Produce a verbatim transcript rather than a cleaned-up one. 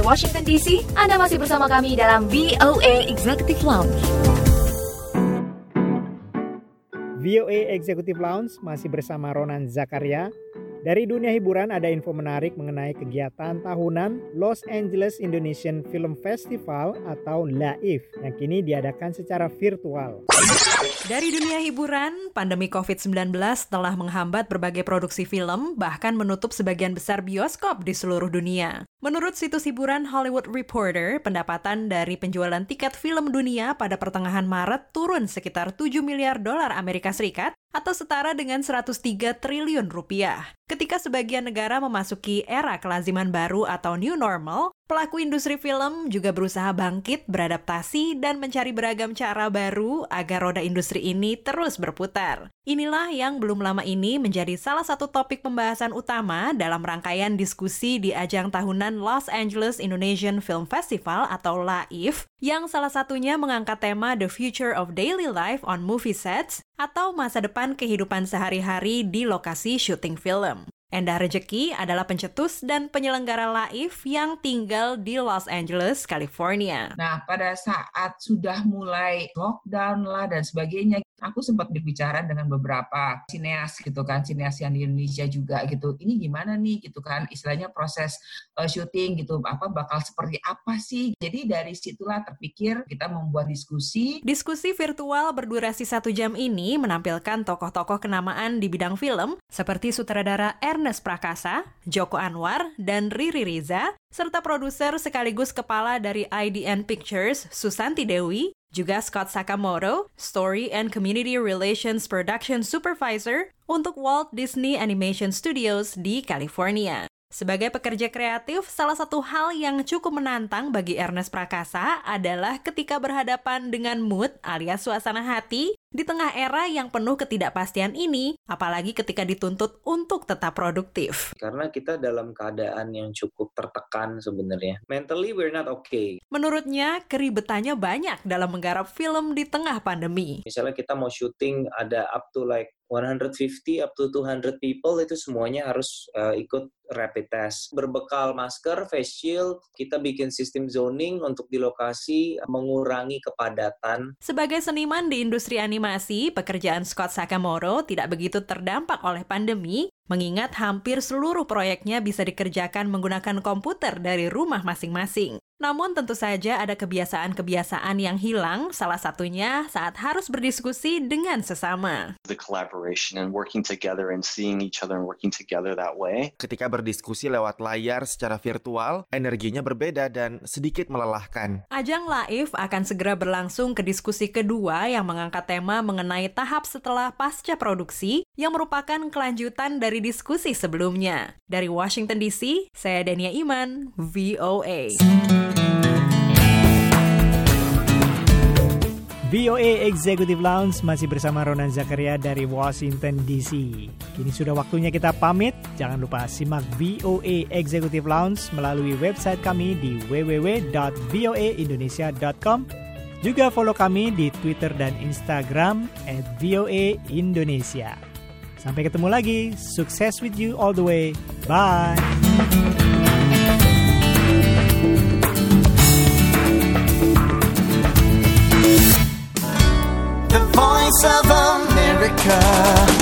dari Washington D C, Anda masih bersama kami dalam V O A Executive Lounge. V O A Executive Lounge masih bersama Ronan Zakaria. Dari dunia hiburan ada info menarik mengenai kegiatan tahunan Los Angeles Indonesian Film Festival atau L A I F yang kini diadakan secara virtual. Dari dunia hiburan, pandemi covid sembilan belas telah menghambat berbagai produksi film, bahkan menutup sebagian besar bioskop di seluruh dunia. Menurut situs hiburan Hollywood Reporter, pendapatan dari penjualan tiket film dunia pada pertengahan Maret turun sekitar tujuh miliar dolar Amerika Serikat atau setara dengan seratus tiga triliun rupiah. Ketika sebagian negara memasuki era kelaziman baru atau new normal, pelaku industri film juga berusaha bangkit, beradaptasi, dan mencari beragam cara baru agar roda industri ini terus berputar. Inilah yang belum lama ini menjadi salah satu topik pembahasan utama dalam rangkaian diskusi di ajang tahunan Los Angeles Indonesian Film Festival atau L A I F, yang salah satunya mengangkat tema The Future of Daily Life on Movie Sets atau masa depan kehidupan sehari-hari di lokasi syuting film. Endah Rejeki adalah pencetus dan penyelenggara L A I F yang tinggal di Los Angeles, California. Nah, pada saat sudah mulai lockdown lah dan sebagainya, aku sempat berbicara dengan beberapa sineas gitu kan, sineas yang di Indonesia juga gitu. Ini gimana nih gitu kan, istilahnya proses uh, syuting gitu, apa bakal seperti apa sih? Jadi dari situlah terpikir kita membuat diskusi. Diskusi virtual berdurasi satu jam ini menampilkan tokoh-tokoh kenamaan di bidang film seperti sutradara Ernest Prakasa, Joko Anwar, dan Riri Riza, serta produser sekaligus kepala dari I D N Pictures, Susanti Dewi, juga Scott Sakamoto, Story and Community Relations Production Supervisor untuk Walt Disney Animation Studios di California. Sebagai pekerja kreatif, salah satu hal yang cukup menantang bagi Ernest Prakasa adalah ketika berhadapan dengan mood alias suasana hati di tengah era yang penuh ketidakpastian ini, apalagi ketika dituntut untuk tetap produktif. Karena kita dalam keadaan yang cukup tertekan sebenarnya. Mentally we're not okay. Menurutnya, keribetannya banyak dalam menggarap film di tengah pandemi. Misalnya kita mau syuting ada up to like one hundred fifty up to two hundred people, itu semuanya harus uh, ikut rapid test. Berbekal masker, face shield, kita bikin sistem zoning untuk di lokasi, mengurangi kepadatan. Sebagai seniman di industri animasi, pekerjaan Scott Sakamoto tidak begitu terdampak oleh pandemi, mengingat hampir seluruh proyeknya bisa dikerjakan menggunakan komputer dari rumah masing-masing. Namun tentu saja ada kebiasaan-kebiasaan yang hilang, salah satunya saat harus berdiskusi dengan sesama. The collaboration and working together and seeing each other and working together that way. Ketika berdiskusi lewat layar secara virtual, energinya berbeda dan sedikit melelahkan. Ajang L A I F akan segera berlangsung ke diskusi kedua yang mengangkat tema mengenai tahap setelah pasca produksi yang merupakan kelanjutan dari diskusi sebelumnya. Dari Washington D C, saya Dania Iman, V O A. V O A Executive Lounge masih bersama Ronan Zakaria dari Washington D C. Kini sudah waktunya kita pamit. Jangan lupa simak V O A Executive Lounge melalui website kami di w w w dot v o a indonesia dot com. Juga follow kami di Twitter dan Instagram at V O A Indonesia. Sampai ketemu lagi. Sukses with you all the way. Bye. Voice of America.